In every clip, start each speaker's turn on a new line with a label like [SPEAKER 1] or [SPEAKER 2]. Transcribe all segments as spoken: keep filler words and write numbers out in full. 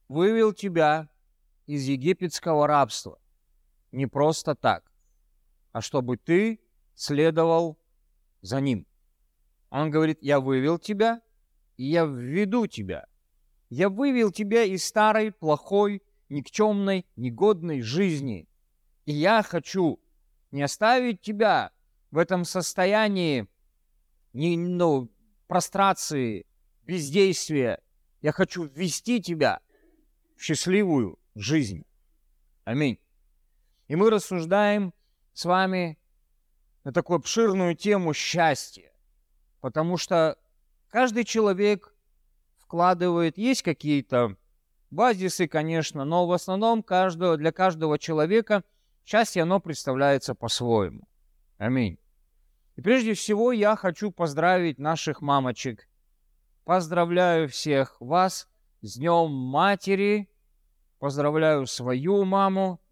[SPEAKER 1] вывел тебя из египетского рабства не просто так, а чтобы ты следовал за Ним. Он говорит: я вывел тебя, и я введу тебя. Я вывел тебя из старой, плохой, никчемной, негодной жизни. И я хочу не оставить тебя в этом состоянии не, ну, прострации, бездействия. Я хочу ввести тебя в счастливую жизнь. Аминь. И мы рассуждаем с вами на такую обширную тему счастья, потому что каждый человек вкладывает, есть какие-то базисы, конечно, но в основном каждого, для каждого человека счастье, оно представляется по-своему. Аминь. И прежде всего я хочу поздравить наших мамочек. Поздравляю всех вас с Днем Матери, поздравляю свою маму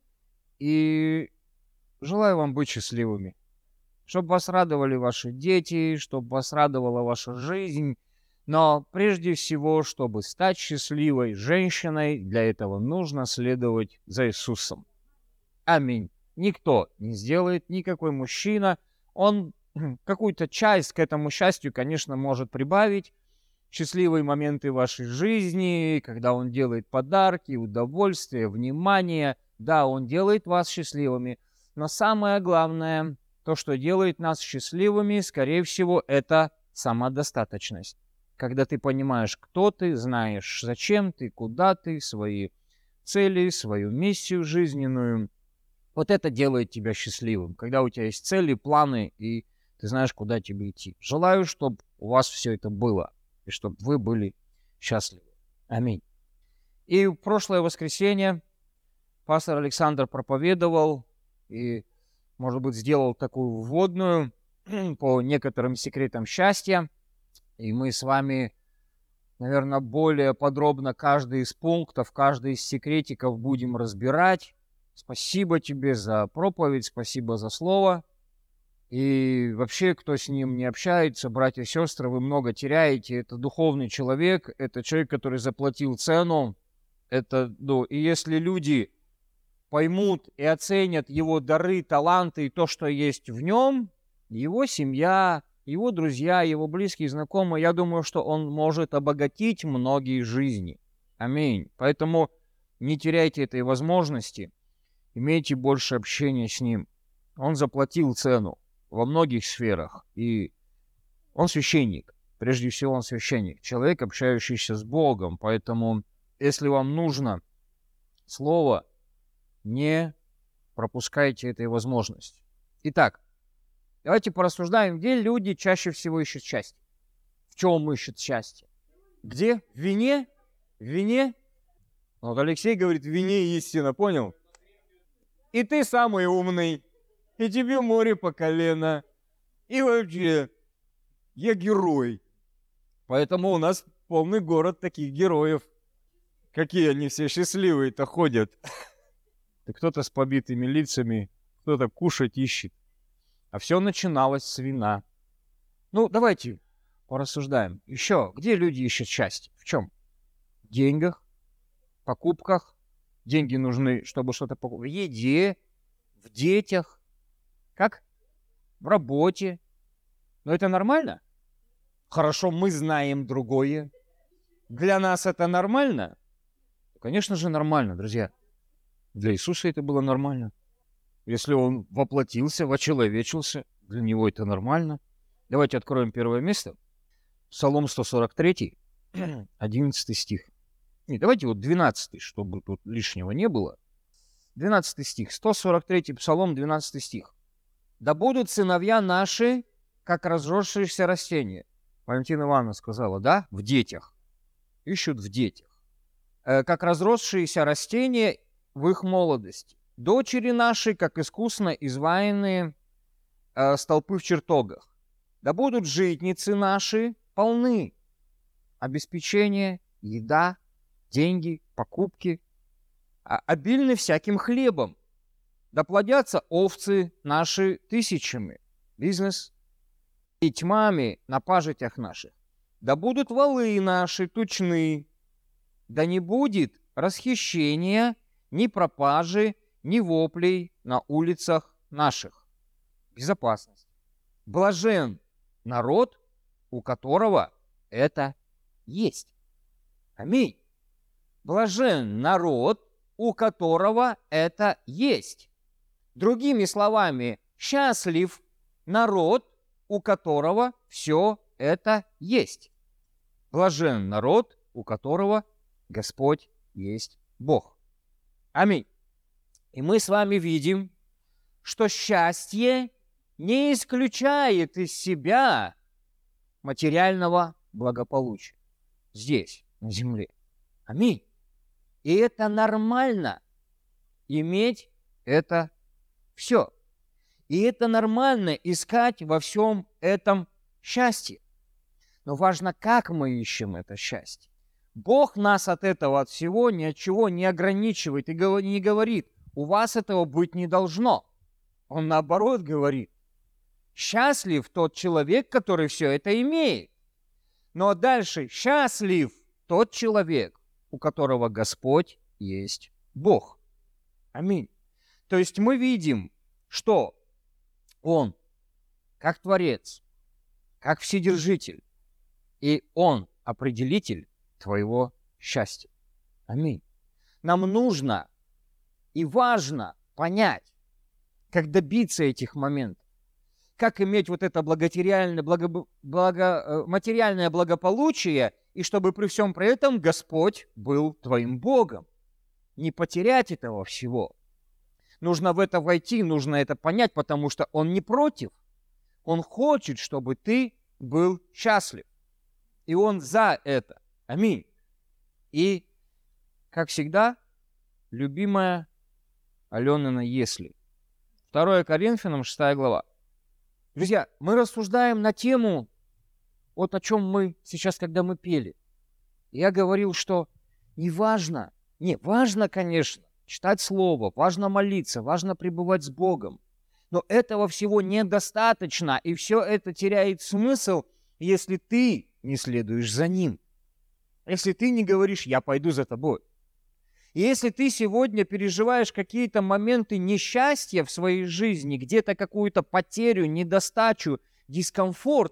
[SPEAKER 1] и желаю вам быть счастливыми. Чтобы вас радовали ваши дети, чтобы вас радовала ваша жизнь. Но прежде всего, чтобы стать счастливой женщиной, для этого нужно следовать за Иисусом. Аминь. Никто не сделает, никакой мужчина. Он какую-то часть к этому счастью, конечно, может прибавить. Счастливые моменты вашей жизни, когда он делает подарки, удовольствие, внимание. Да, он делает вас счастливыми. Но самое главное, то, что делает нас счастливыми, скорее всего, это самодостаточность. Когда ты понимаешь, кто ты, знаешь, зачем ты, куда ты, свои цели, свою миссию жизненную. Вот это делает тебя счастливым. Когда у тебя есть цели, планы, и ты знаешь, куда тебе идти. Желаю, чтобы у вас все это было, и чтобы вы были счастливы. Аминь. И в прошлое воскресенье пастор Александр проповедовал и, может быть, сделал такую вводную по некоторым секретам счастья. И мы с вами, наверное, более подробно каждый из пунктов, каждый из секретиков будем разбирать. Спасибо тебе за проповедь, спасибо за слово. И вообще, кто с ним не общается, братья и сестры, вы много теряете. Это духовный человек, это человек, который заплатил цену. Это, ну, и если люди поймут и оценят его дары, таланты и то, что есть в нем, его семья, его друзья, его близкие, знакомые, я думаю, что он может обогатить многие жизни. Аминь. Поэтому не теряйте этой возможности, имейте больше общения с ним. Он заплатил цену во многих сферах, и он священник. Прежде всего, он священник, человек, общающийся с Богом. Поэтому, если вам нужно слово, не пропускайте этой возможности. Итак, давайте порассуждаем, где люди чаще всего ищут счастье. В чем ищут счастье? Где? В вине? В вине? Вот Алексей говорит, в вине истина, понял? И ты самый умный, и тебе море по колено, и вообще, я герой. Поэтому у нас полный город таких героев. Какие они все счастливые-то ходят. Да кто-то с побитыми лицами, кто-то кушать ищет. А все начиналось с вина. Ну, давайте порассуждаем. Еще, где люди ищут счастье? В чем? В деньгах, покупках. Деньги нужны, чтобы что-то покупать. В еде, в детях. Как? В работе. Но это нормально? Хорошо, мы знаем другое. Для нас это нормально? Конечно же, нормально, друзья. Для Иисуса это было нормально. Если Он воплотился, вочеловечился, для Него это нормально. Давайте откроем первое место. Псалом сто сорок три, одиннадцатый стих. Не, давайте вот двенадцатый, чтобы тут лишнего не было. двенадцатый стих. сто сорок третий Псалом, двенадцатый стих. «Да будут сыновья наши, как разросшиеся растения». Валентина Ивановна сказала, да, в детях. Ищут в детях. Э, как разросшиеся растения в их молодости. Дочери наши, как искусно изваянные э, столпы в чертогах. Да будут житницы наши полны. Обеспечение, еда, деньги, покупки. А обильны всяким хлебом. Да плодятся овцы наши тысячами. Бизнес. И тьмами на пажитях наших. Да будут валы наши тучны. Да не будет расхищения, ни пропажи, ни воплей на улицах наших. Безопасность. Блажен народ, у которого это есть. Аминь. Блажен народ, у которого это есть. Другими словами, счастлив народ, у которого все это есть. Блажен народ, у которого Господь есть Бог. Аминь. И мы с вами видим, что счастье не исключает из себя материального благополучия здесь, на земле. Аминь. И это нормально иметь это все. И это нормально искать во всем этом счастье. Но важно, как мы ищем это счастье. Бог нас от этого, от всего, ни от чего не ограничивает и не говорит, у вас этого быть не должно. Он наоборот говорит, счастлив тот человек, который все это имеет. Но дальше, счастлив тот человек, у которого Господь есть Бог. Аминь. То есть мы видим, что Он, как Творец, как Вседержитель, и Он определитель твоего счастья. Аминь. Нам нужно и важно понять, как добиться этих моментов, как иметь вот это благотериальное, благо, благо, материальное благополучие, и чтобы при всем при этом Господь был твоим Богом. Не потерять этого всего. Нужно в это войти, нужно это понять, потому что Он не против. Он хочет, чтобы ты был счастлив. И Он за это. Аминь. И, как всегда, любимая Аленина «Если». второе Коринфянам, шестая глава. Друзья, мы рассуждаем на тему, вот о чем мы сейчас, когда мы пели. Я говорил, что не важно, не, важно, конечно, читать Слово, важно молиться, важно пребывать с Богом. Но этого всего недостаточно, и все это теряет смысл, если ты не следуешь за Ним. Если ты не говоришь «я пойду за тобой». И если ты сегодня переживаешь какие-то моменты несчастья в своей жизни, где-то какую-то потерю, недостачу, дискомфорт,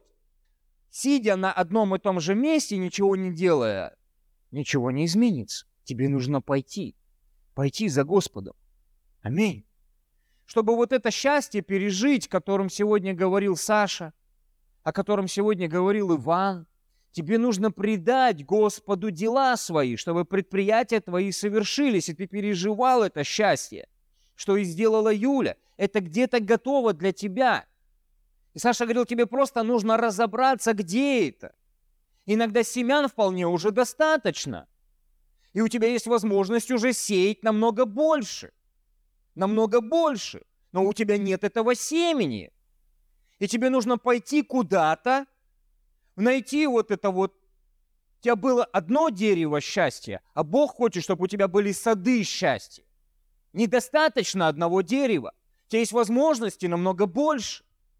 [SPEAKER 1] сидя на одном и том же месте, ничего не делая, ничего не изменится. Тебе нужно пойти, пойти за Господом. Аминь. Чтобы вот это счастье пережить, о котором сегодня говорил Саша, о котором сегодня говорил Иван, тебе нужно предать Господу дела свои, чтобы предприятия твои совершились, и ты переживал это счастье, что и сделала Юля. Это где-то готово для тебя. И Саша говорил, тебе просто нужно разобраться, где это. Иногда семян вполне уже достаточно. И у тебя есть возможность уже сеять намного больше. Намного больше. Но у тебя нет этого семени. И тебе нужно пойти куда-то, найти вот это вот. У тебя было одно дерево счастья, а Бог хочет, чтобы у тебя были сады счастья. Недостаточно одного дерева. У тебя есть возможности намного больше.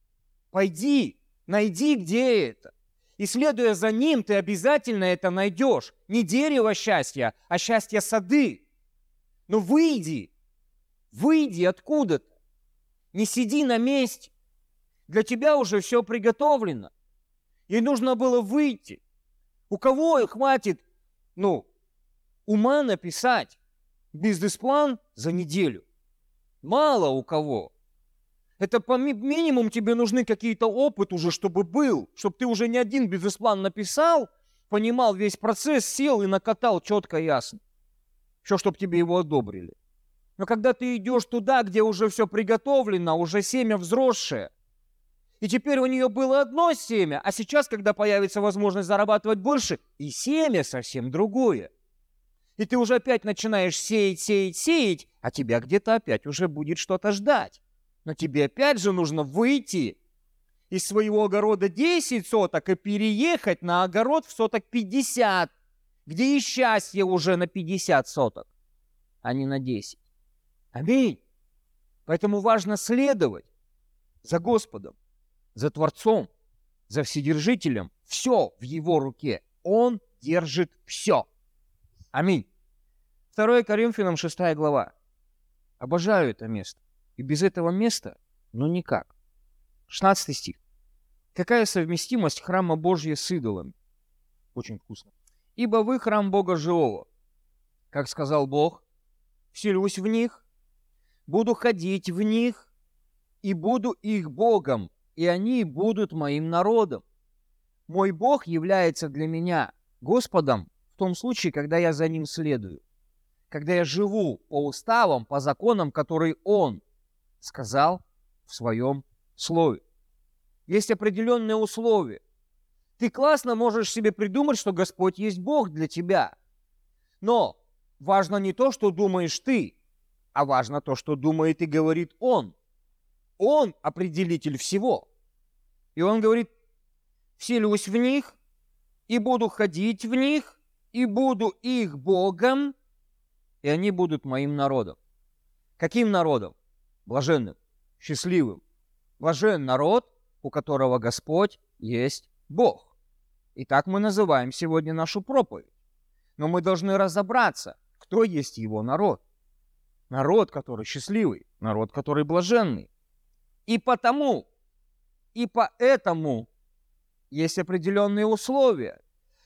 [SPEAKER 1] Пойди, найди, где это. И следуя за ним, ты обязательно это найдешь. Не дерево счастья, а счастье сады. Но выйди, выйди откуда-то. Не сиди на месте. Для тебя уже все приготовлено. Ей нужно было выйти. У кого хватит, ну, ума написать бизнес-план за неделю? Мало у кого. Это по ми- минимум тебе нужны какие-то опыт уже, чтобы был, чтобы ты уже не один бизнес-план написал, понимал весь процесс, сел и накатал четко и ясно. Еще, чтобы тебе его одобрили. Но когда ты идешь туда, где уже все приготовлено, уже семя взросшее, и теперь у нее было одно семя, а сейчас, когда появится возможность зарабатывать больше, и семя совсем другое. И ты уже опять начинаешь сеять, сеять, сеять, а тебя где-то опять уже будет что-то ждать. Но тебе опять же нужно выйти из своего огорода десять соток и переехать на огород в соток пятьдесят, где и счастье уже на пятьдесят соток, а не на десять. Аминь. Поэтому важно следовать за Господом, за Творцом, за Вседержителем. Все в Его руке. Он держит все. Аминь. второе Коринфянам шестая глава. Обожаю это место. И без этого места, ну никак. шестнадцатый стих. Какая совместимость храма Божьего с идолами? Очень вкусно. Ибо вы храм Бога живого. Как сказал Бог, вселюсь в них, буду ходить в них, и буду их Богом, и они будут моим народом. Мой Бог является для меня Господом в том случае, когда я за Ним следую, когда я живу по уставам, по законам, которые Он сказал в Своем Слове. Есть определенные условия. Ты классно можешь себе придумать, что Господь есть Бог для тебя. Но важно не то, что думаешь ты, а важно то, что думает и говорит Он. Он определитель всего. И Он говорит, вселюсь в них, и буду ходить в них, и буду их Богом, и они будут моим народом. Каким народом? Блаженным, счастливым. Блажен народ, у которого Господь есть Бог. И так мы называем сегодня нашу проповедь. Но мы должны разобраться, кто есть его народ. Народ, который счастливый, народ, который блаженный. И потому, и поэтому есть определенные условия.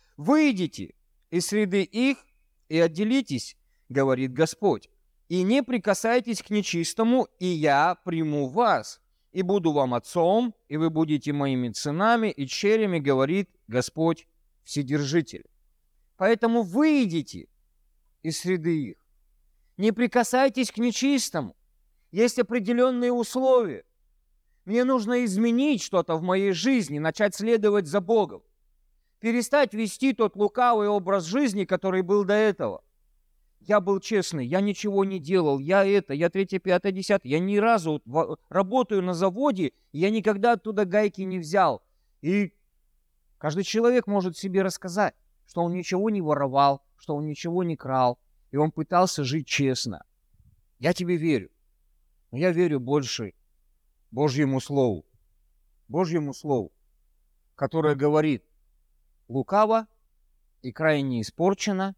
[SPEAKER 1] Выйдите из среды их и отделитесь, говорит Господь, и не прикасайтесь к нечистому, и я приму вас, и буду вам отцом, и вы будете моими сынами и черями, говорит Господь Вседержитель. Поэтому выйдите из среды их, не прикасайтесь к нечистому. Есть определенные условия. Мне нужно изменить что-то в моей жизни, начать следовать за Богом. Перестать вести тот лукавый образ жизни, который был до этого. Я был честный, я ничего не делал, я это, я третье, пятое, десятое. Я ни разу работаю на заводе, я никогда оттуда гайки не взял. И каждый человек может себе рассказать, что он ничего не воровал, что он ничего не крал, и он пытался жить честно. Я тебе верю, но я верю больше Божьему Слову. Божьему Слову, которое говорит, лукаво и крайне испорчено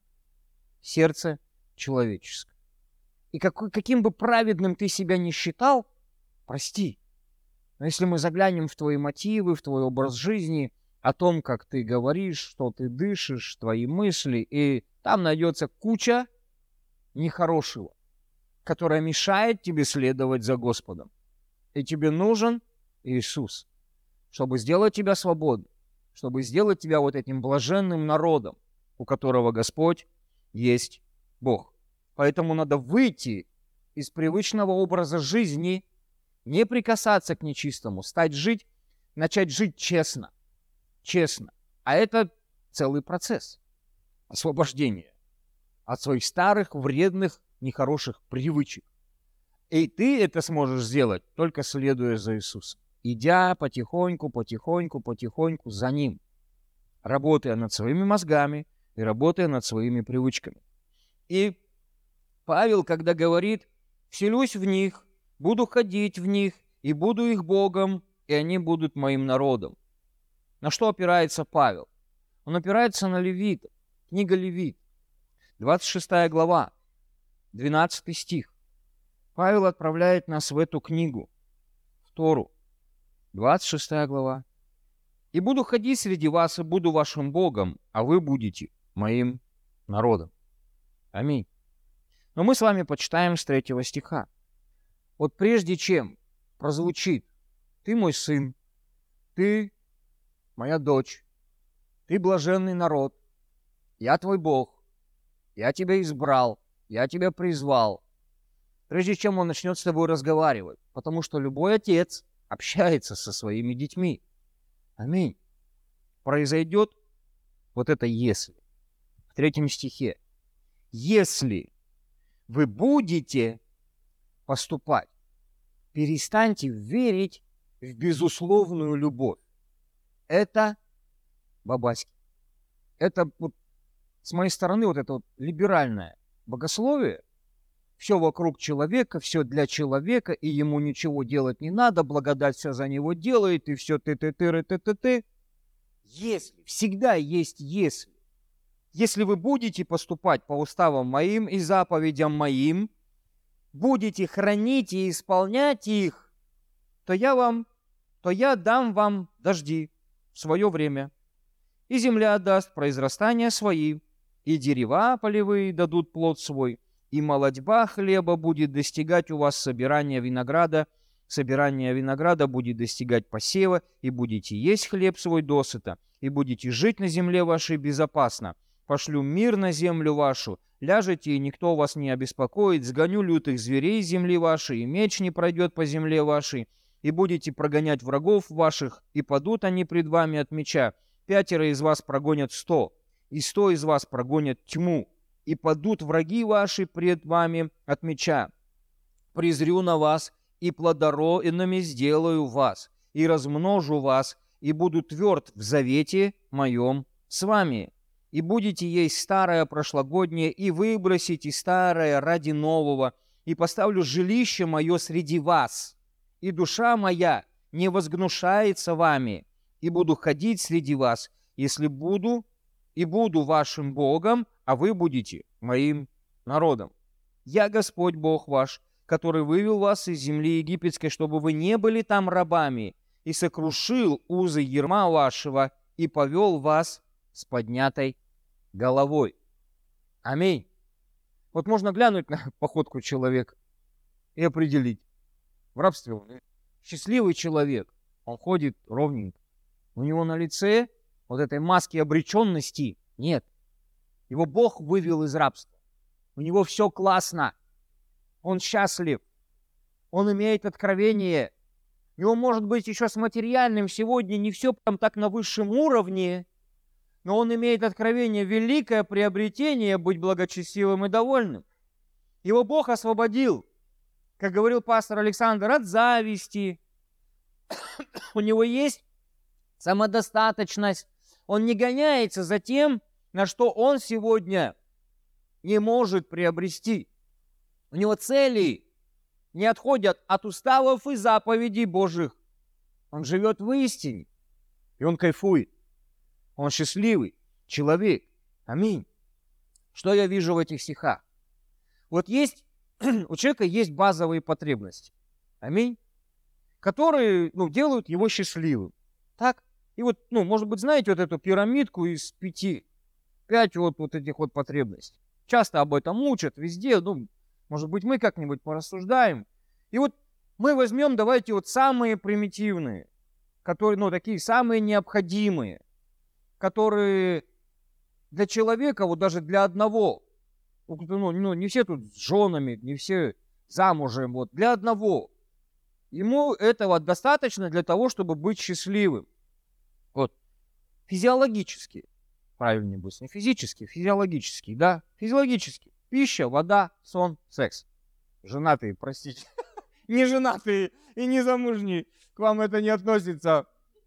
[SPEAKER 1] сердце человеческое. И какой, каким бы праведным ты себя ни считал, прости, но если мы заглянем в твои мотивы, в твой образ жизни, о том, как ты говоришь, что ты дышишь, твои мысли, и там найдется куча нехорошего, которая мешает тебе следовать за Господом. И тебе нужен Иисус, чтобы сделать тебя свободным, чтобы сделать тебя вот этим блаженным народом, у которого Господь есть Бог. Поэтому надо выйти из привычного образа жизни, не прикасаться к нечистому, стать жить, начать жить честно. Честно. А это целый процесс освобождения от своих старых, вредных, нехороших привычек. И ты это сможешь сделать, только следуя за Иисусом. Идя потихоньку, потихоньку, потихоньку за Ним. Работая над своими мозгами и работая над своими привычками. И Павел, когда говорит, вселюсь в них, буду ходить в них, и буду их Богом, и они будут моим народом. На что опирается Павел? Он опирается на Левит, книга Левит, двадцать шестая глава, двенадцатый стих. Павел отправляет нас в эту книгу, в Тору, двадцать шестая глава. «И буду ходить среди вас, и буду вашим Богом, а вы будете моим народом». Аминь. Но мы с вами почитаем с третьего стиха. Вот прежде чем прозвучит «Ты мой сын», «Ты моя дочь», «Ты блаженный народ», «Я твой Бог», «Я тебя избрал», «Я тебя призвал», прежде чем он начнет с тобой разговаривать, потому что любой отец общается со своими детьми. Аминь. Произойдет вот это «если». В третьем стихе. Если вы будете поступать, перестаньте верить в безусловную любовь. Это бабаськи. Это вот с моей стороны вот это вот либеральное богословие. Все вокруг человека, все для человека, и ему ничего делать не надо, благодать все за него делает, и все ты-ты-ты-ты-ты-ты. Если, всегда есть если. если вы будете поступать по уставам моим и заповедям моим, будете хранить и исполнять их, то я вам, то я дам вам дожди в свое время, и земля даст произрастания свои, и дерева полевые дадут плод свой, и молодьба хлеба будет достигать у вас собирания винограда, собирание винограда будет достигать посева, и будете есть хлеб свой досыта, и будете жить на земле вашей безопасно. Пошлю мир на землю вашу, ляжете, и никто вас не обеспокоит, сгоню лютых зверей с земли вашей, и меч не пройдет по земле вашей, и будете прогонять врагов ваших, и падут они пред вами от меча. Пятеро из вас прогонят сто, и сто из вас прогонят тьму, и падут враги ваши пред вами от меча. Презрю на вас, и плодородными сделаю вас, и размножу вас, и буду тверд в завете моем с вами. И будете есть старое прошлогоднее, и выбросите старое ради нового, и поставлю жилище мое среди вас, и душа моя не возгнушается вами, и буду ходить среди вас, если буду, и буду вашим Богом, а вы будете моим народом. Я Господь Бог ваш, который вывел вас из земли египетской, чтобы вы не были там рабами, и сокрушил узы ярма вашего, и повел вас с поднятой головой. Аминь. Вот можно глянуть на походку человека и определить, в рабстве он счастливый человек, он ходит ровненько. У него на лице вот этой маски обреченности нет. Его Бог вывел из рабства. У него все классно. Он счастлив. Он имеет откровение. У него, может быть, еще с материальным сегодня не все там так на высшем уровне, но он имеет откровение, великое приобретение быть благочестивым и довольным. Его Бог освободил, как говорил пастор Александр, от зависти. У него есть самодостаточность. Он не гоняется за тем, на что он сегодня не может приобрести. У него цели не отходят от уставов и заповедей Божьих. Он живет в истине, и он кайфует. Он счастливый человек. Аминь. Что я вижу в этих стихах? Вот есть, у человека есть базовые потребности. Аминь. Которые, ну, делают его счастливым. Так? И вот, ну, может быть, знаете вот эту пирамидку из пяти, пять вот, вот этих вот потребностей. Часто об этом учат везде, ну, может быть, мы как-нибудь порассуждаем. И вот мы возьмем, давайте, вот самые примитивные, которые, ну, такие самые необходимые, которые для человека, вот даже для одного, ну, ну, не все тут с женами, не все замужем, вот для одного, ему этого достаточно для того, чтобы быть счастливым. Вот, физиологически, правильнее будет, не физически, физиологически, да, физиологически. Пища, вода, сон, секс. Женатые, простите. Не женатые и не замужние. К вам это не относится.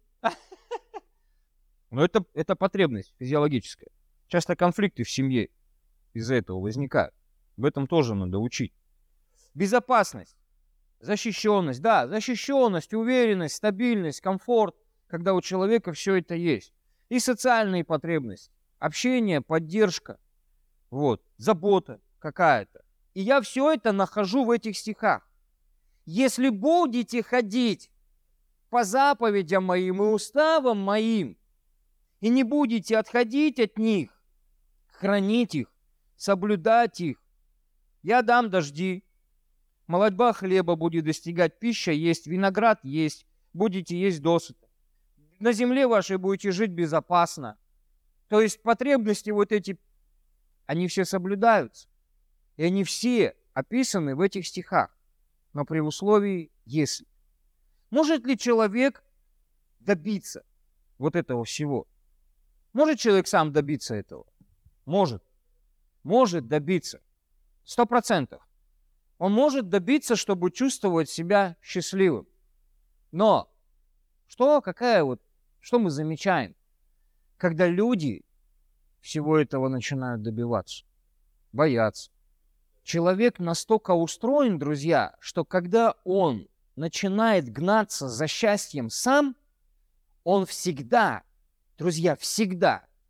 [SPEAKER 1] Но это, это потребность физиологическая. Часто конфликты в семье из-за этого возникают. В этом тоже надо учить. Безопасность, защищенность. Да, защищенность, уверенность, стабильность, комфорт. Когда у человека все это есть. И социальные потребности. Общение, поддержка. Вот, забота какая-то. И я все это нахожу в этих стихах. Если будете ходить по заповедям моим и уставам моим, и не будете отходить от них, хранить их, соблюдать их, я дам дожди, молодьба хлеба будет достигать, пища есть, виноград есть, будете есть досыта. На земле вашей будете жить безопасно. То есть потребности вот эти, они все соблюдаются. И они все описаны в этих стихах. Но при условии, если. Может ли человек добиться вот этого всего? Может человек сам добиться этого? Может. Может добиться. Сто процентов. Он может добиться, чтобы чувствовать себя счастливым. Но что, какая вот, что мы замечаем? Когда люди всего этого начинают добиваться, бояться. Человек настолько устроен, друзья, что когда он начинает гнаться за счастьем сам, он всегда, друзья, всегда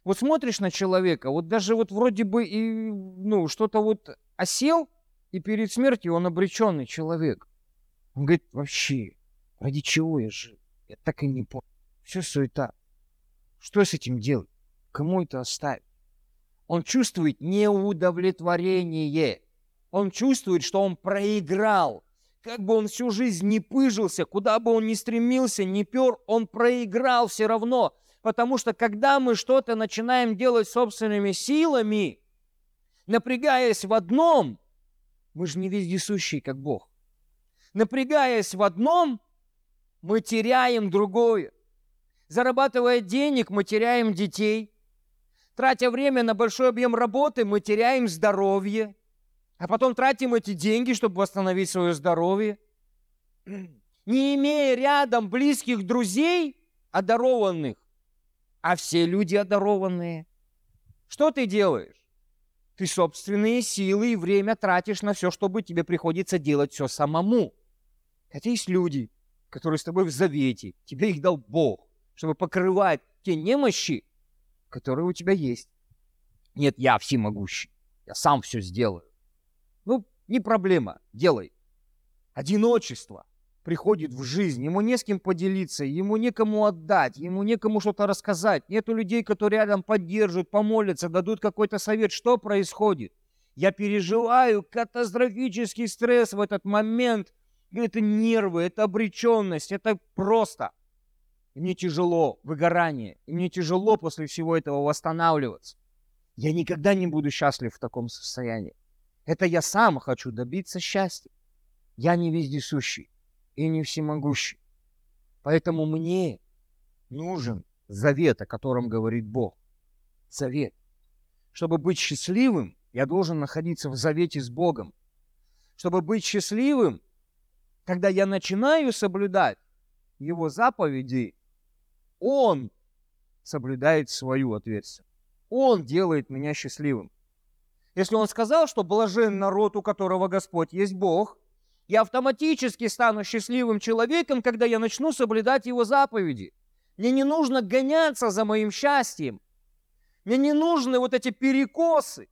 [SPEAKER 1] Вот смотришь на человека, вот даже вот вроде бы и, ну, что-то вот осел, и перед смертью он обреченный человек. Он говорит, вообще, ради чего я жил? Я так и не понял. Все суета. Что с этим делать? Кому это оставить? Он чувствует неудовлетворение. Он чувствует, что он проиграл. Как бы он всю жизнь не пыжился, куда бы он ни стремился, ни пер, он проиграл все равно. Потому что когда мы что-то начинаем делать собственными силами, напрягаясь в одном, мы же не вездесущие, как Бог. Напрягаясь в одном, мы теряем другое. Зарабатывая денег, мы теряем детей. Тратя время на большой объем работы, мы теряем здоровье. А потом тратим эти деньги, чтобы восстановить свое здоровье. Не имея рядом близких друзей, одарованных, а все люди одарованные. Что ты делаешь? Ты собственные силы и время тратишь на все, чтобы тебе приходится делать все самому. Хотя есть люди, которые с тобой в завете, тебе их дал Бог, чтобы покрывать те немощи, которые у тебя есть. Нет, я всемогущий, я сам все сделаю. Ну, не проблема, делай. Одиночество приходит в жизнь, ему не с кем поделиться, ему некому отдать, ему некому что-то рассказать. Нету людей, которые рядом поддержат, помолятся, дадут какой-то совет. Что происходит? Я переживаю катастрофический стресс в этот момент. Это нервы, это обреченность, это просто. И мне тяжело, выгорание, и мне тяжело после всего этого восстанавливаться. Я никогда не буду счастлив в таком состоянии. Это я сам хочу добиться счастья. Я не вездесущий и не всемогущий. Поэтому мне нужен завет, о котором говорит Бог. Завет. Чтобы быть счастливым, я должен находиться в завете с Богом. Чтобы быть счастливым, когда я начинаю соблюдать Его заповеди, Он соблюдает свою ответственность. Он делает меня счастливым. Если Он сказал, что блажен народ, у которого Господь есть Бог, я автоматически стану счастливым человеком, когда я начну соблюдать Его заповеди. Мне не нужно гоняться за моим счастьем. Мне не нужны вот эти перекосы.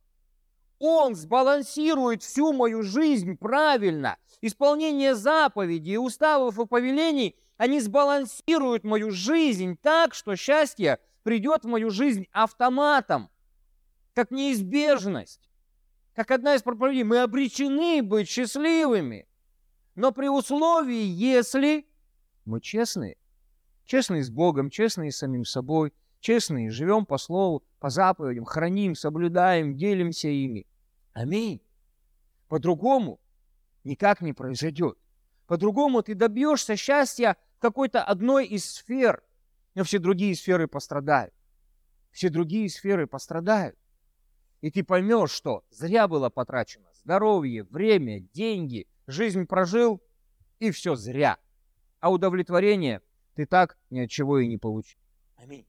[SPEAKER 1] Он сбалансирует всю мою жизнь правильно. Исполнение заповедей, уставов и повелений, они сбалансируют мою жизнь так, что счастье придет в мою жизнь автоматом, как неизбежность, как одна из проповедей. Мы обречены быть счастливыми, но при условии, если мы честные, честные с Богом, честные с самим собой, честные, живем по слову, по заповедям, храним, соблюдаем, делимся ими. Аминь. По-другому никак не произойдет. По-другому ты добьешься счастья в какой-то одной из сфер, но все другие сферы пострадают. Все другие сферы пострадают. И ты поймешь, что зря было потрачено здоровье, время, деньги, жизнь прожил, и все зря. А удовлетворение ты так ни от чего и не получишь. Аминь.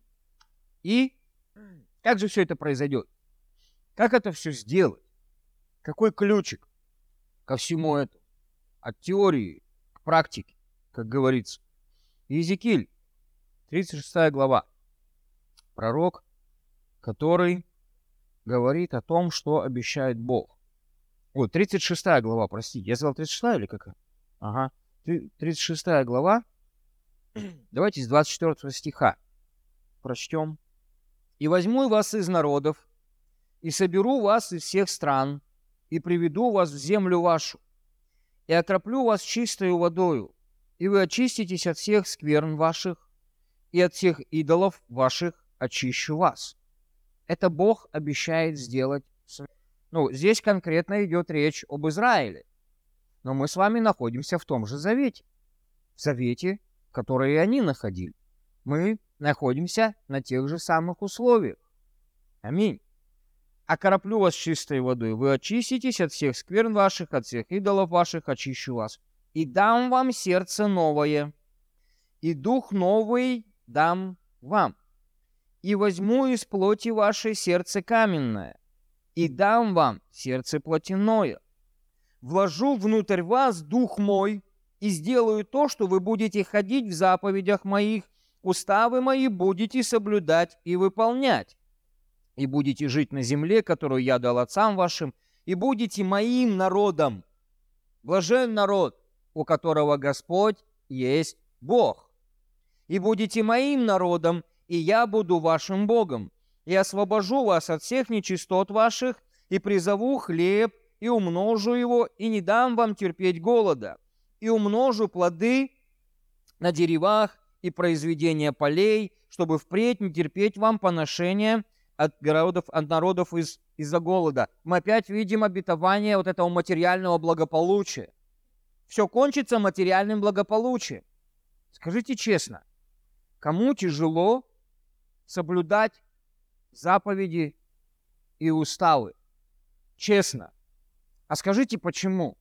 [SPEAKER 1] И как же все это произойдет? Как это все сделать? Какой ключик ко всему этому? От теории к практике, как говорится. Иезекииль, тридцать шестая глава. Пророк, который говорит о том, что обещает Бог. О, тридцать шестая глава, простите. Я сказал тридцать шестая или какая? Ага. тридцать шестая глава. Давайте с двадцать четвёртого стиха прочтем. «И возьму вас из народов, и соберу вас из всех стран, и приведу вас в землю вашу, и окроплю вас чистою водою, и вы очиститесь от всех скверн ваших, и от всех идолов ваших очищу вас». Это Бог обещает сделать. Ну, здесь конкретно идет речь об Израиле. Но мы с вами находимся в том же завете. В завете, который и они находили. Мы находимся на тех же самых условиях. Аминь. «Окроплю вас чистой водой, вы очиститесь от всех скверн ваших, от всех идолов ваших, очищу вас. И дам вам сердце новое, и дух новый дам вам. И возьму из плоти вашей сердце каменное, и дам вам сердце плотяное. Вложу внутрь вас дух мой, и сделаю то, что вы будете ходить в заповедях моих, уставы мои будете соблюдать и выполнять. и будете жить на земле, которую я дал отцам вашим, и будете моим народом. Блажен народ, у которого Господь есть Бог. И будете моим народом, и я буду вашим Богом. И освобожу вас от всех нечистот ваших, и призову хлеб, и умножу его, и не дам вам терпеть голода. И умножу плоды на деревах и произведения полей, чтобы впредь не терпеть вам поношения от народов, от народов из, из-за голода. Мы опять видим обетование вот этого материального благополучия. Все кончится материальным благополучием. Скажите честно, кому тяжело соблюдать заповеди и уставы? Честно. А скажите, почему?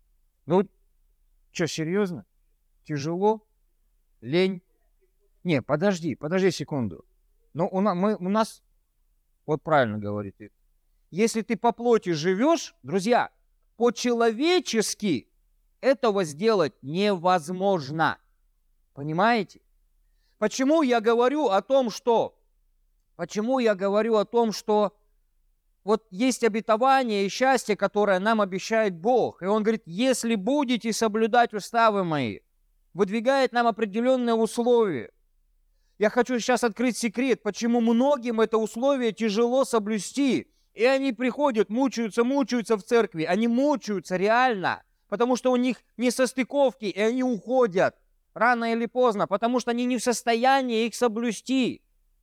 [SPEAKER 1] Ну, что, серьезно? Тяжело? Лень? Не, подожди, подожди секунду. Ну, у нас, мы, у нас, вот правильно говорит, если ты по плоти живешь, друзья, по-человечески этого сделать невозможно. Понимаете? Почему я говорю о том, что... Почему я говорю о том, что вот есть обетование и счастье, которое нам обещает Бог. И Он говорит, если будете соблюдать уставы мои, выдвигает нам определенные условия. Я хочу сейчас открыть секрет, почему многим это условие тяжело соблюсти. И они приходят, мучаются, мучаются в церкви. Они мучаются реально, потому что у них несостыковки, и они уходят рано или поздно, потому что они не в состоянии их соблюсти.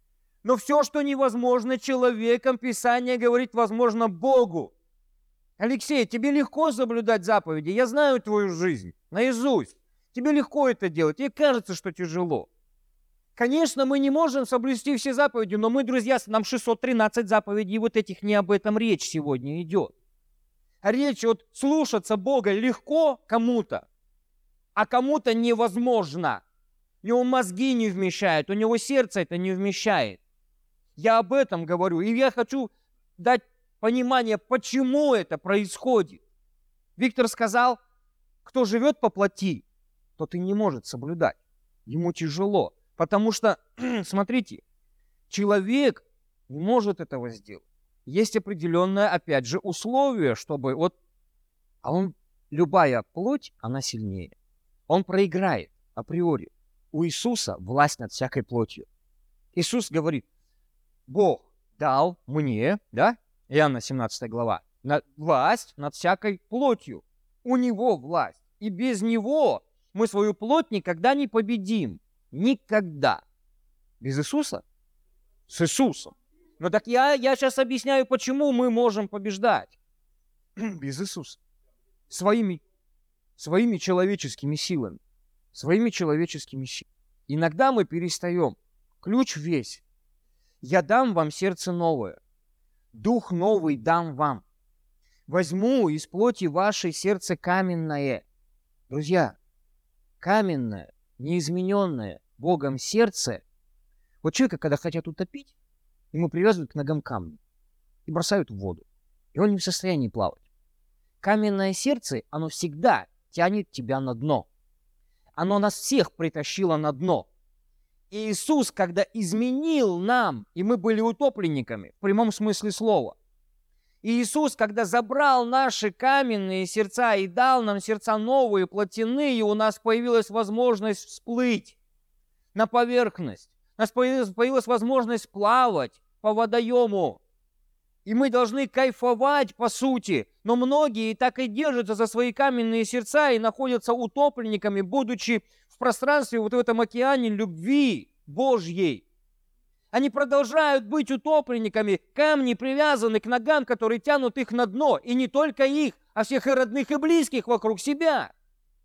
[SPEAKER 1] Но все, что невозможно человеком, Писание говорит, возможно Богу. Алексей, тебе легко соблюдать заповеди. Я знаю твою жизнь наизусть. Тебе легко это делать. Тебе кажется, что тяжело. Конечно, мы не можем соблюсти все заповеди, но мы, друзья, нам шестьсот тринадцать заповедей, и вот этих не об этом речь сегодня идет. А речь вот слушаться Бога легко кому-то, а кому-то невозможно. У него мозги не вмещают, у него сердце это не вмещает. Я об этом говорю, и я хочу дать понимание, почему это происходит. Виктор сказал, кто живет по плоти, тот и не может соблюдать. Ему тяжело, потому что, смотрите, человек не может этого сделать. Есть определенное, опять же, условие, чтобы вот, а он, любая плоть, она сильнее. Он проиграет априори. У Иисуса власть над всякой плотью. Иисус говорит, Бог дал мне, да, Иоанна семнадцатая глава, на, власть над всякой плотью. У Него власть. И без Него мы свою плоть никогда не победим. Никогда. Без Иисуса? С Иисусом. Ну так я, я сейчас объясняю, почему мы можем побеждать. Без Иисуса. Своими, своими человеческими силами. Своими человеческими силами. Иногда мы перестаем. Ключ весь. Я дам вам сердце новое, дух новый дам вам. Возьму из плоти вашей сердце каменное. Друзья, каменное, неизмененное Богом сердце. Вот человека, когда хотят утопить, ему привязывают к ногам камни и бросают в воду. И он не в состоянии плавать. Каменное сердце, оно всегда тянет тебя на дно. Оно нас всех притащило на дно. И Иисус, когда изменил нам, и мы были утопленниками, в прямом смысле слова, и Иисус, когда забрал наши каменные сердца и дал нам сердца новые, плотяные, у нас появилась возможность всплыть на поверхность. У нас появилась, появилась возможность плавать по водоему. И мы должны кайфовать, по сути. Но многие так и держатся за свои каменные сердца и находятся утопленниками, будучи в пространстве, вот в этом океане любви Божьей. Они продолжают быть утопленниками, камни привязаны к ногам, которые тянут их на дно. И не только их, а всех и родных, и близких вокруг себя.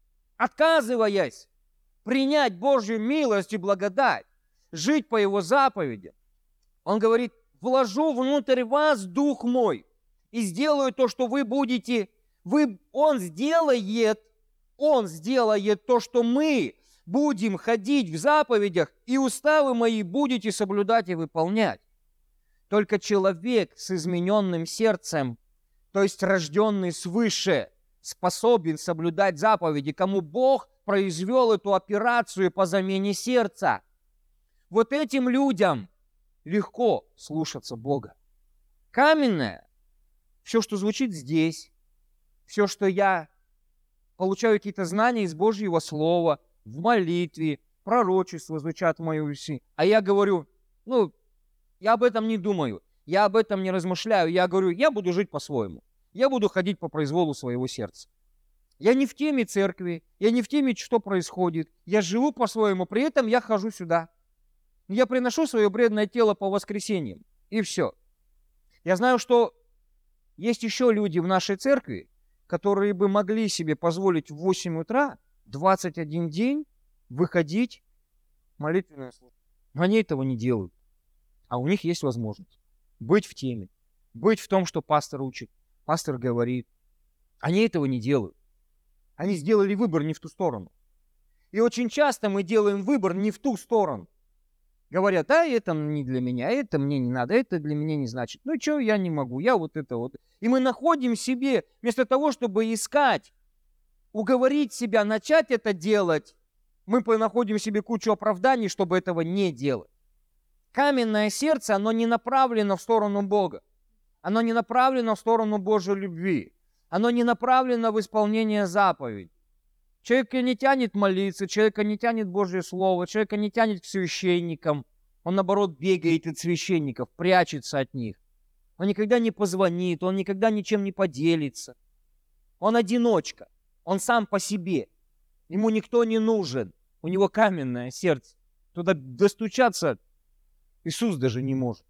[SPEAKER 1] Отказываясь принять Божью милость и благодать, жить по Его заповедям, Он говорит, вложу внутрь вас Дух мой и сделаю то, что вы будете. Вы, Он сделает, Он сделает то, что мы будем ходить в заповедях, и уставы мои будете соблюдать и выполнять. Только человек с измененным сердцем, то есть рожденный свыше, способен соблюдать заповеди, кому Бог произвел эту операцию по замене сердца. Вот этим людям легко слушаться Бога. Каменное, все, что звучит здесь, все, что я получаю какие-то знания из Божьего Слова, в молитве, пророчества звучат в моей уси. А я говорю, ну, я об этом не думаю, я об этом не размышляю. Я говорю, я буду жить по-своему. Я буду ходить по произволу своего сердца. Я не в теме церкви, я не в теме, что происходит. Я живу по-своему, при этом я хожу сюда. Я приношу свое бредное тело по воскресеньям, и все. Я знаю, что есть еще люди в нашей церкви, которые бы могли себе позволить в восемь утра двадцать один день выходить в молитвенное службу. Но они этого не делают. А у них есть возможность быть в теме, быть в том, что пастор учит, пастор говорит. Они этого не делают. Они сделали выбор не в ту сторону. И очень часто мы делаем выбор не в ту сторону. Говорят, а это не для меня, это мне не надо, это для меня не значит. Ну что, я не могу, я вот это вот. И мы находим себе, вместо того, чтобы искать, уговорить себя, начать это делать, мы находим себе кучу оправданий, чтобы этого не делать. Каменное сердце, оно не направлено в сторону Бога. Оно не направлено в сторону Божьей любви. Оно не направлено в исполнение заповедей. Человека не тянет молиться, человека не тянет Божье Слово, человека не тянет к священникам. Он, наоборот, бегает от священников, прячется от них. Он никогда не позвонит, он никогда ничем не поделится. Он одиночка, он сам по себе. Ему никто не нужен. У него каменное сердце. Туда достучаться Иисус даже не может.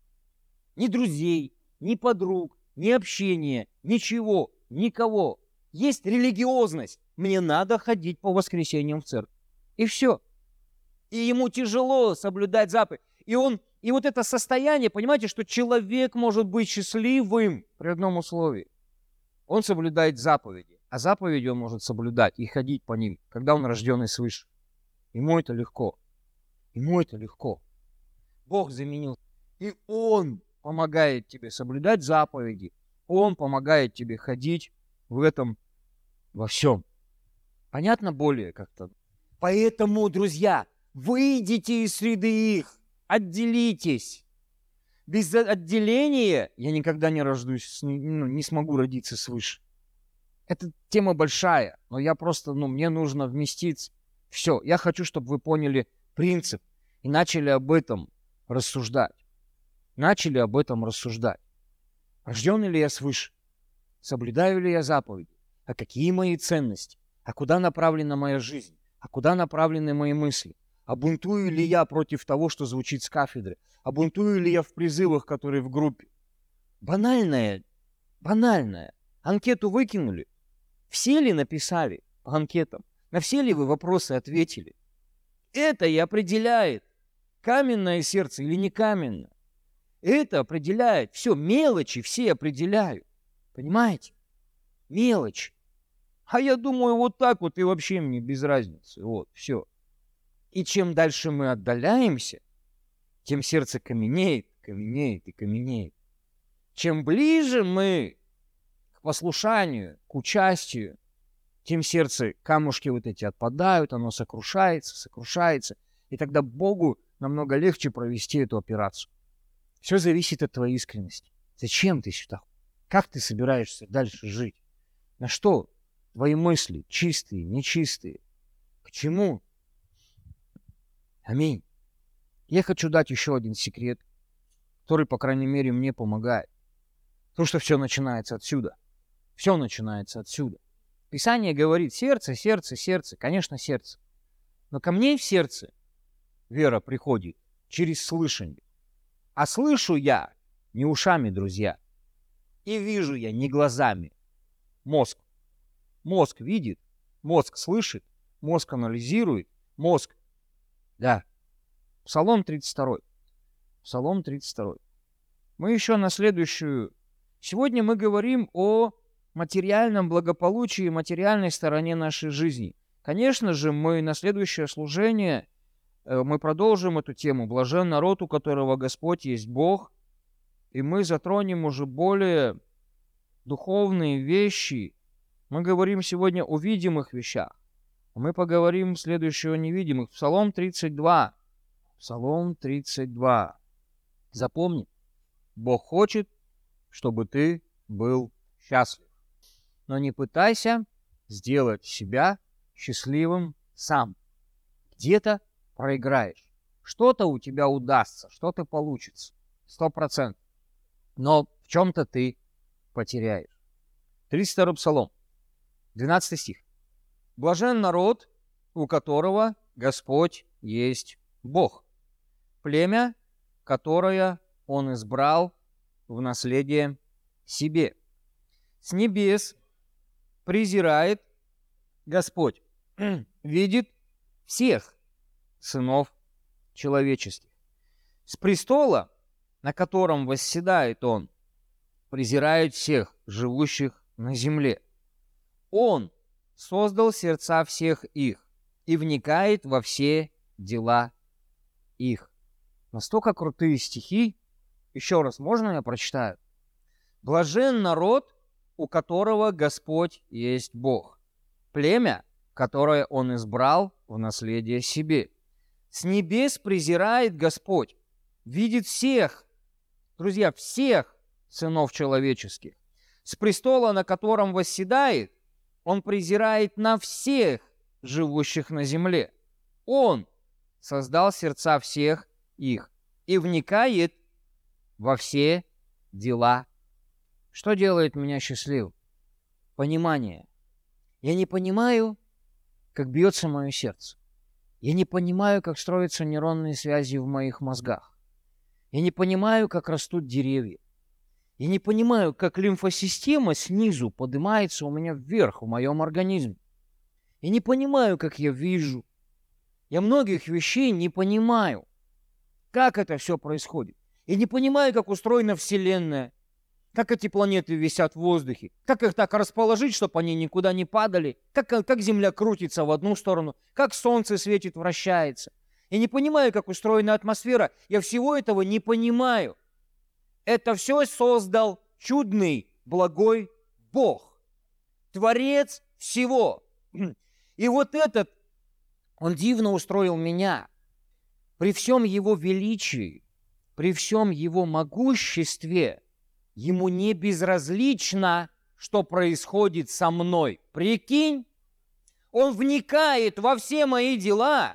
[SPEAKER 1] Ни друзей, ни подруг, ни общения, ничего, никого. Есть религиозность. Мне надо ходить по воскресеньям в церковь. И все. И ему тяжело соблюдать заповедь. И он, и вот это состояние, понимаете, что человек может быть счастливым при одном условии. Он соблюдает заповеди. А заповеди он может соблюдать и ходить по ним, когда он рожденный свыше. Ему это легко. Ему это легко. Бог заменил. И Он помогает тебе соблюдать заповеди. Он помогает тебе ходить в этом во всем. Понятно более как-то? Поэтому, друзья, выйдите из среды их, отделитесь. Без отделения я никогда не рождусь, ну, не смогу родиться свыше. Это тема большая, но я просто, ну, мне нужно вместиться. Все, я хочу, чтобы вы поняли принцип и начали об этом рассуждать. Начали об этом рассуждать. Рожденный ли я свыше? Соблюдаю ли я заповеди? А какие мои ценности? А куда направлена моя жизнь? А куда направлены мои мысли? А бунтую ли я против того, что звучит с кафедры? А бунтую ли я в призывах, которые в группе? Банальное, банальное. Анкету выкинули. Все ли написали по анкетам? На все ли вы вопросы ответили? Это и определяет, каменное сердце или не каменное. Это определяет. Все, мелочи все определяют. Понимаете? Мелочи. А я думаю, вот так вот и вообще мне без разницы. Вот, все. И чем дальше мы отдаляемся, тем сердце каменеет, каменеет и каменеет. Чем ближе мы к послушанию, к участию, тем сердце, камушки вот эти отпадают, оно сокрушается, сокрушается. И тогда Богу намного легче провести эту операцию. Все зависит от твоей искренности. Зачем ты сюда? Как ты собираешься дальше жить? На что твои мысли? Чистые, нечистые? К чему? Аминь. Я хочу дать еще один секрет, который, по крайней мере, мне помогает. Потому что все начинается отсюда. Все начинается отсюда. Писание говорит: сердце, сердце, сердце. Конечно, сердце. Но ко мне в сердце вера приходит через слышание. А слышу я не ушами, друзья. И вижу я не глазами. Мозг. Мозг видит, мозг слышит, мозг анализирует, мозг. Да. Псалом тридцать два. Псалом тридцать два. Мы еще на следующую... Сегодня мы говорим о материальном благополучии и материальной стороне нашей жизни. Конечно же, мы на следующее служение, мы продолжим эту тему. Блажен народ, у которого Господь есть Бог. И мы затронем уже более духовные вещи. Мы говорим сегодня о видимых вещах. Мы поговорим следующее о невидимых. Псалом тридцать два. Псалом тридцать два. Запомни, Бог хочет, чтобы ты был счастлив. Но не пытайся сделать себя счастливым сам. Где-то проиграешь. Что-то у тебя удастся, что-то получится. Сто процентов. Но в чем-то ты потеряешь. тридцать второй Псалом, двенадцатый стих. «Блажен народ, у которого Господь есть Бог, племя, которое Он избрал в наследие себе. С небес презирает Господь, видит всех сынов человеческих. С престола, на котором восседает Он, презирает всех живущих на земле. Он создал сердца всех их и вникает во все дела их». Настолько крутые стихи. Еще раз, можно я прочитаю? «Блажен народ, у которого Господь есть Бог, племя, которое Он избрал в наследие себе. С небес презирает Господь, видит всех, друзья, всех сынов человеческих. С престола, на котором восседает, Он презирает на всех живущих на земле. Он создал сердца всех их и вникает во все дела». Что делает меня счастливым? Понимание. Я не понимаю, как бьется мое сердце. Я не понимаю, как строятся нейронные связи в моих мозгах. Я не понимаю, как растут деревья. Я не понимаю, как лимфосистема снизу поднимается у меня вверх в моем организме. Я не понимаю, как я вижу. Я многих вещей не понимаю. Как это все происходит? Я не понимаю, как устроена Вселенная. Как эти планеты висят в воздухе? Как их так расположить, чтобы они никуда не падали? Как, как Земля крутится в одну сторону? Как Солнце светит, вращается? Я не понимаю, как устроена атмосфера. Я всего этого не понимаю. Это все создал чудный, благой Бог. Творец всего. И вот этот, Он дивно устроил меня. При всем Его величии, при всем Его могуществе, Ему не безразлично, что происходит со мной. Прикинь, Он вникает во все мои дела.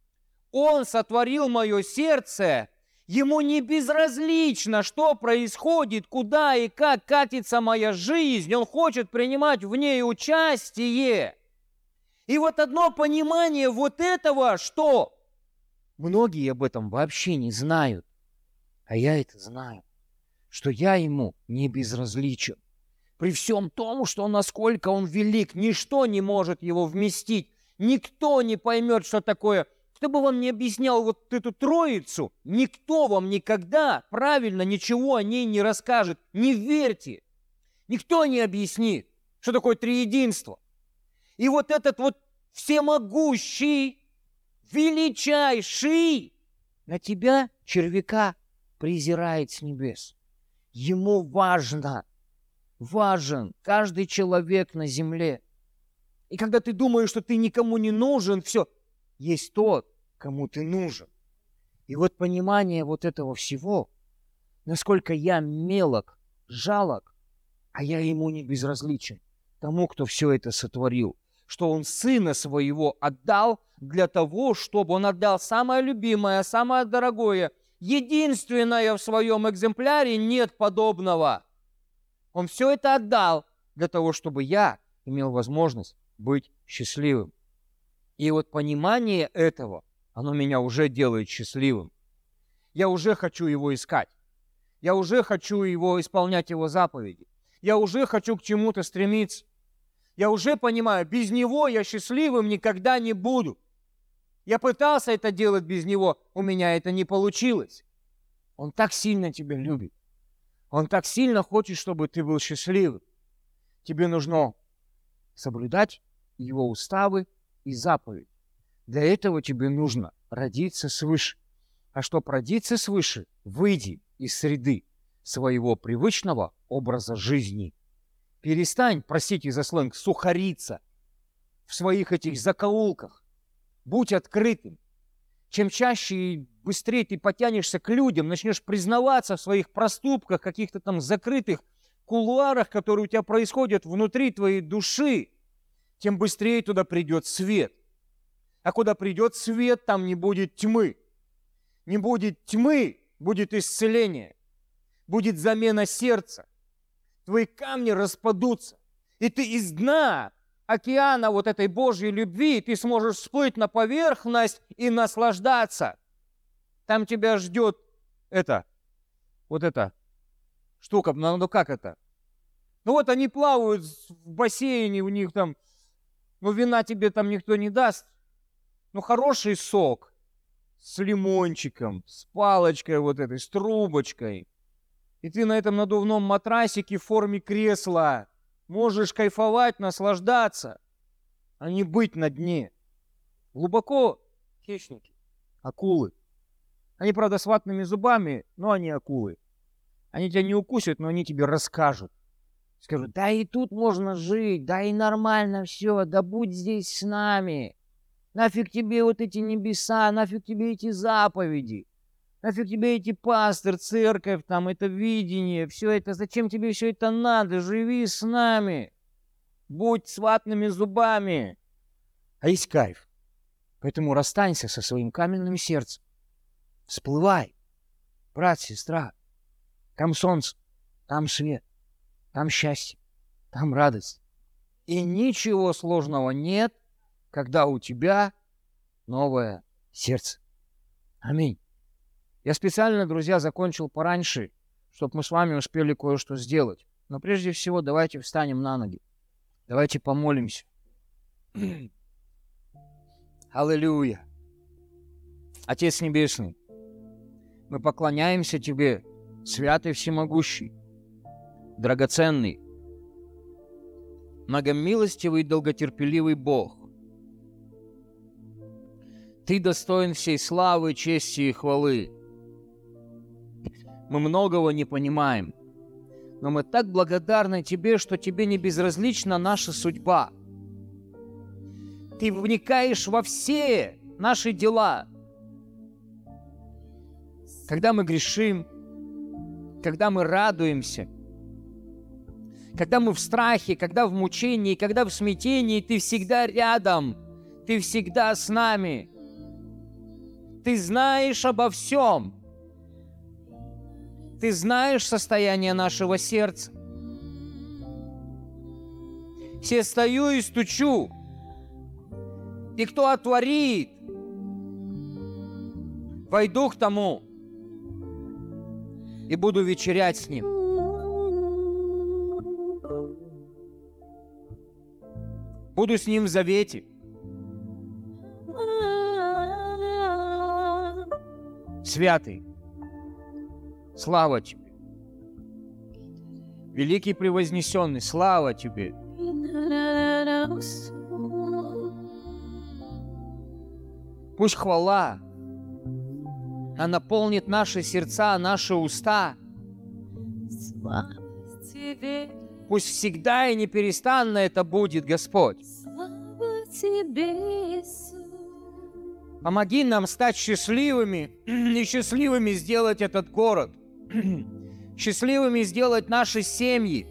[SPEAKER 1] Он сотворил мое сердце. Ему не безразлично, что происходит, куда и как катится моя жизнь. Он хочет принимать в ней участие. И вот одно понимание вот этого, что многие об этом вообще не знают, а я это знаю, что я ему не безразличен. При всем том, что насколько он велик, ничто не может его вместить, никто не поймет, что такое. Кто бы вам не объяснял вот эту троицу, никто вам никогда правильно ничего о ней не расскажет. Не верьте. Никто не объяснит, что такое триединство. И вот этот вот всемогущий, величайший на тебя, червяка, презирает с небес. Ему важно, важен каждый человек на земле. И когда ты думаешь, что ты никому не нужен, все, есть тот, кому ты нужен. И вот понимание вот этого всего, насколько я мелок, жалок, а я ему не безразличен, тому, кто все это сотворил, что он сына своего отдал для того, чтобы он отдал самое любимое, самое дорогое, единственное в своем экземпляре, нет подобного. Он все это отдал для того, чтобы я имел возможность быть счастливым. И вот понимание этого, оно меня уже делает счастливым. Я уже хочу его искать. Я уже хочу его исполнять, его заповеди. Я уже хочу к чему-то стремиться. Я уже понимаю, без него я счастливым никогда не буду. Я пытался это делать без него, у меня это не получилось. Он так сильно тебя любит. Он так сильно хочет, чтобы ты был счастливым. Тебе нужно соблюдать его уставы и заповеди. Для этого тебе нужно родиться свыше. А чтобы родиться свыше, выйди из среды своего привычного образа жизни. Перестань, простите за сленг, сухариться в своих этих закоулках. Будь открытым. чем чаще и быстрее ты потянешься к людям, начнешь признаваться в своих проступках, каких-то там закрытых кулуарах, которые у тебя происходят внутри твоей души, тем быстрее туда придет свет. А куда придет свет, там не будет тьмы. Не будет тьмы, будет исцеление, будет замена сердца. Твои камни распадутся, и ты из дна океана вот этой Божьей любви ты сможешь всплыть на поверхность и наслаждаться. Там тебя ждет это, вот эта штука, ну, ну как это? Ну вот они плавают в бассейне, у них там, ну вина тебе там никто не даст, ну хороший сок с лимончиком, с палочкой вот этой, с трубочкой. И ты на этом надувном матрасике в форме кресла можешь кайфовать, наслаждаться, а не быть на дне. Глубоко хищники, акулы. Они, правда, с ватными зубами, но они акулы. Они тебя не укусят, но они тебе расскажут. Скажут, да и тут можно жить, да и нормально все, да будь здесь с нами. Нафиг тебе вот эти небеса, нафиг тебе эти заповеди. Нафиг тебе эти пастырь, церковь, там, это видение, все это, зачем тебе все это надо? Живи с нами, будь с ватными зубами. А есть кайф. Поэтому расстанься со своим каменным сердцем. Всплывай, брат, сестра. Там солнце, там свет, там счастье, там радость. И ничего сложного нет, когда у тебя новое сердце. Аминь. Я специально, друзья, закончил пораньше, чтобы мы с вами успели кое-что сделать. Но прежде всего давайте встанем на ноги. Давайте помолимся. Аллилуйя. Отец Небесный, мы поклоняемся Тебе, святый всемогущий, драгоценный, многомилостивый и долготерпеливый Бог. Ты достоин всей славы, чести и хвалы. Мы многого не понимаем, но мы так благодарны Тебе, что Тебе не безразлична наша судьба. Ты вникаешь во все наши дела. Когда мы грешим, когда мы радуемся, когда мы в страхе, когда в мучении, когда в смятении, Ты всегда рядом, Ты всегда с нами. Ты знаешь обо всем. Ты знаешь состояние нашего сердца. Все стою и стучу. И кто отворит, войду к тому и буду вечерять с ним. Буду с ним в завете. Святый, слава Тебе. Великий превознесенный, слава Тебе. Пусть хвала, она наполнит наши сердца, наши уста. Пусть всегда и неперестанно это будет, Господь. Помоги нам стать счастливыми и счастливыми сделать этот город, счастливыми сделать наши семьи,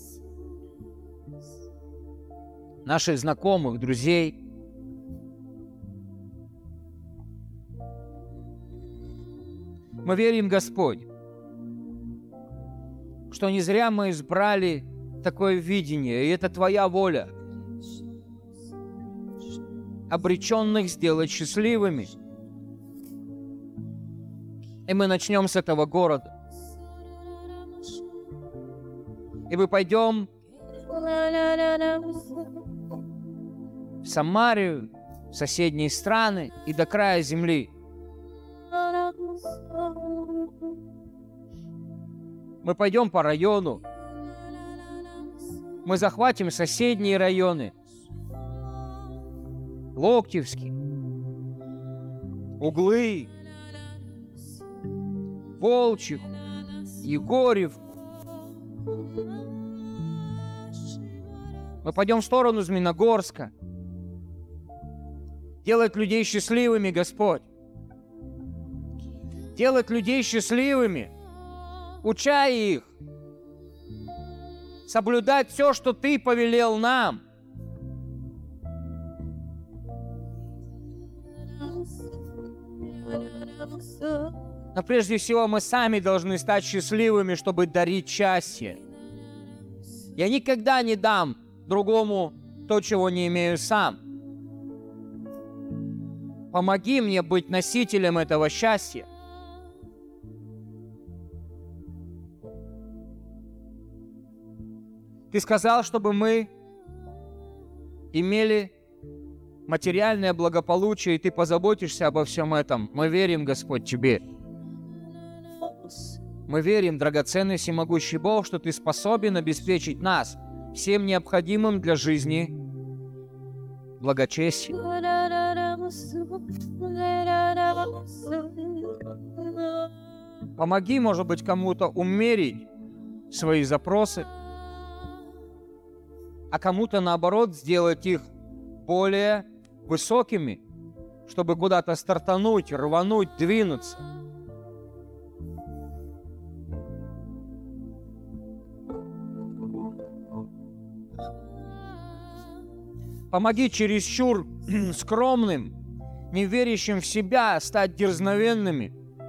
[SPEAKER 1] наших знакомых, друзей. Мы верим, Господь, что не зря мы избрали такое видение, и это Твоя воля. Обреченных сделать счастливыми. И мы начнем с этого города. И мы пойдем в Самарию, в соседние страны и до края земли. Мы пойдем по району. Мы захватим соседние районы. Локтевский, Углы, Волчиху, Егорьевку. Мы пойдем в сторону Змеиногорска. Делать людей счастливыми, Господь. делать людей счастливыми, уча их соблюдать все, что Ты повелел нам. Но прежде всего мы сами должны стать счастливыми, чтобы дарить счастье. Я никогда не дам другому то, чего не имею сам. Помоги мне быть носителем этого счастья. Ты сказал, чтобы мы имели материальное благополучие, и Ты позаботишься обо всем этом. Мы верим, Господь, Тебе. Мы верим, драгоценный всемогущий Бог, что Ты способен обеспечить нас всем необходимым для жизни благочестием. Помоги, может быть, кому-то умерить свои запросы, а кому-то, наоборот, сделать их более высокими, чтобы куда-то стартануть, рвануть, двинуться. Помоги чересчур скромным, не верящим в себя, стать дерзновенными.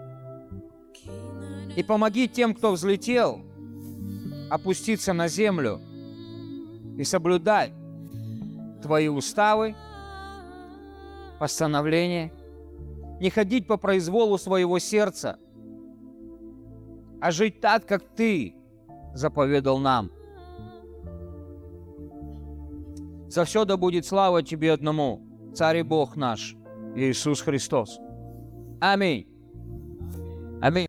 [SPEAKER 1] И помоги тем, кто взлетел, опуститься на землю и соблюдать Твои уставы, постановления, не ходить по произволу своего сердца, а жить так, как Ты заповедал нам. За все да будет слава Тебе одному, Царь и Бог наш, Иисус Христос. Аминь. Аминь.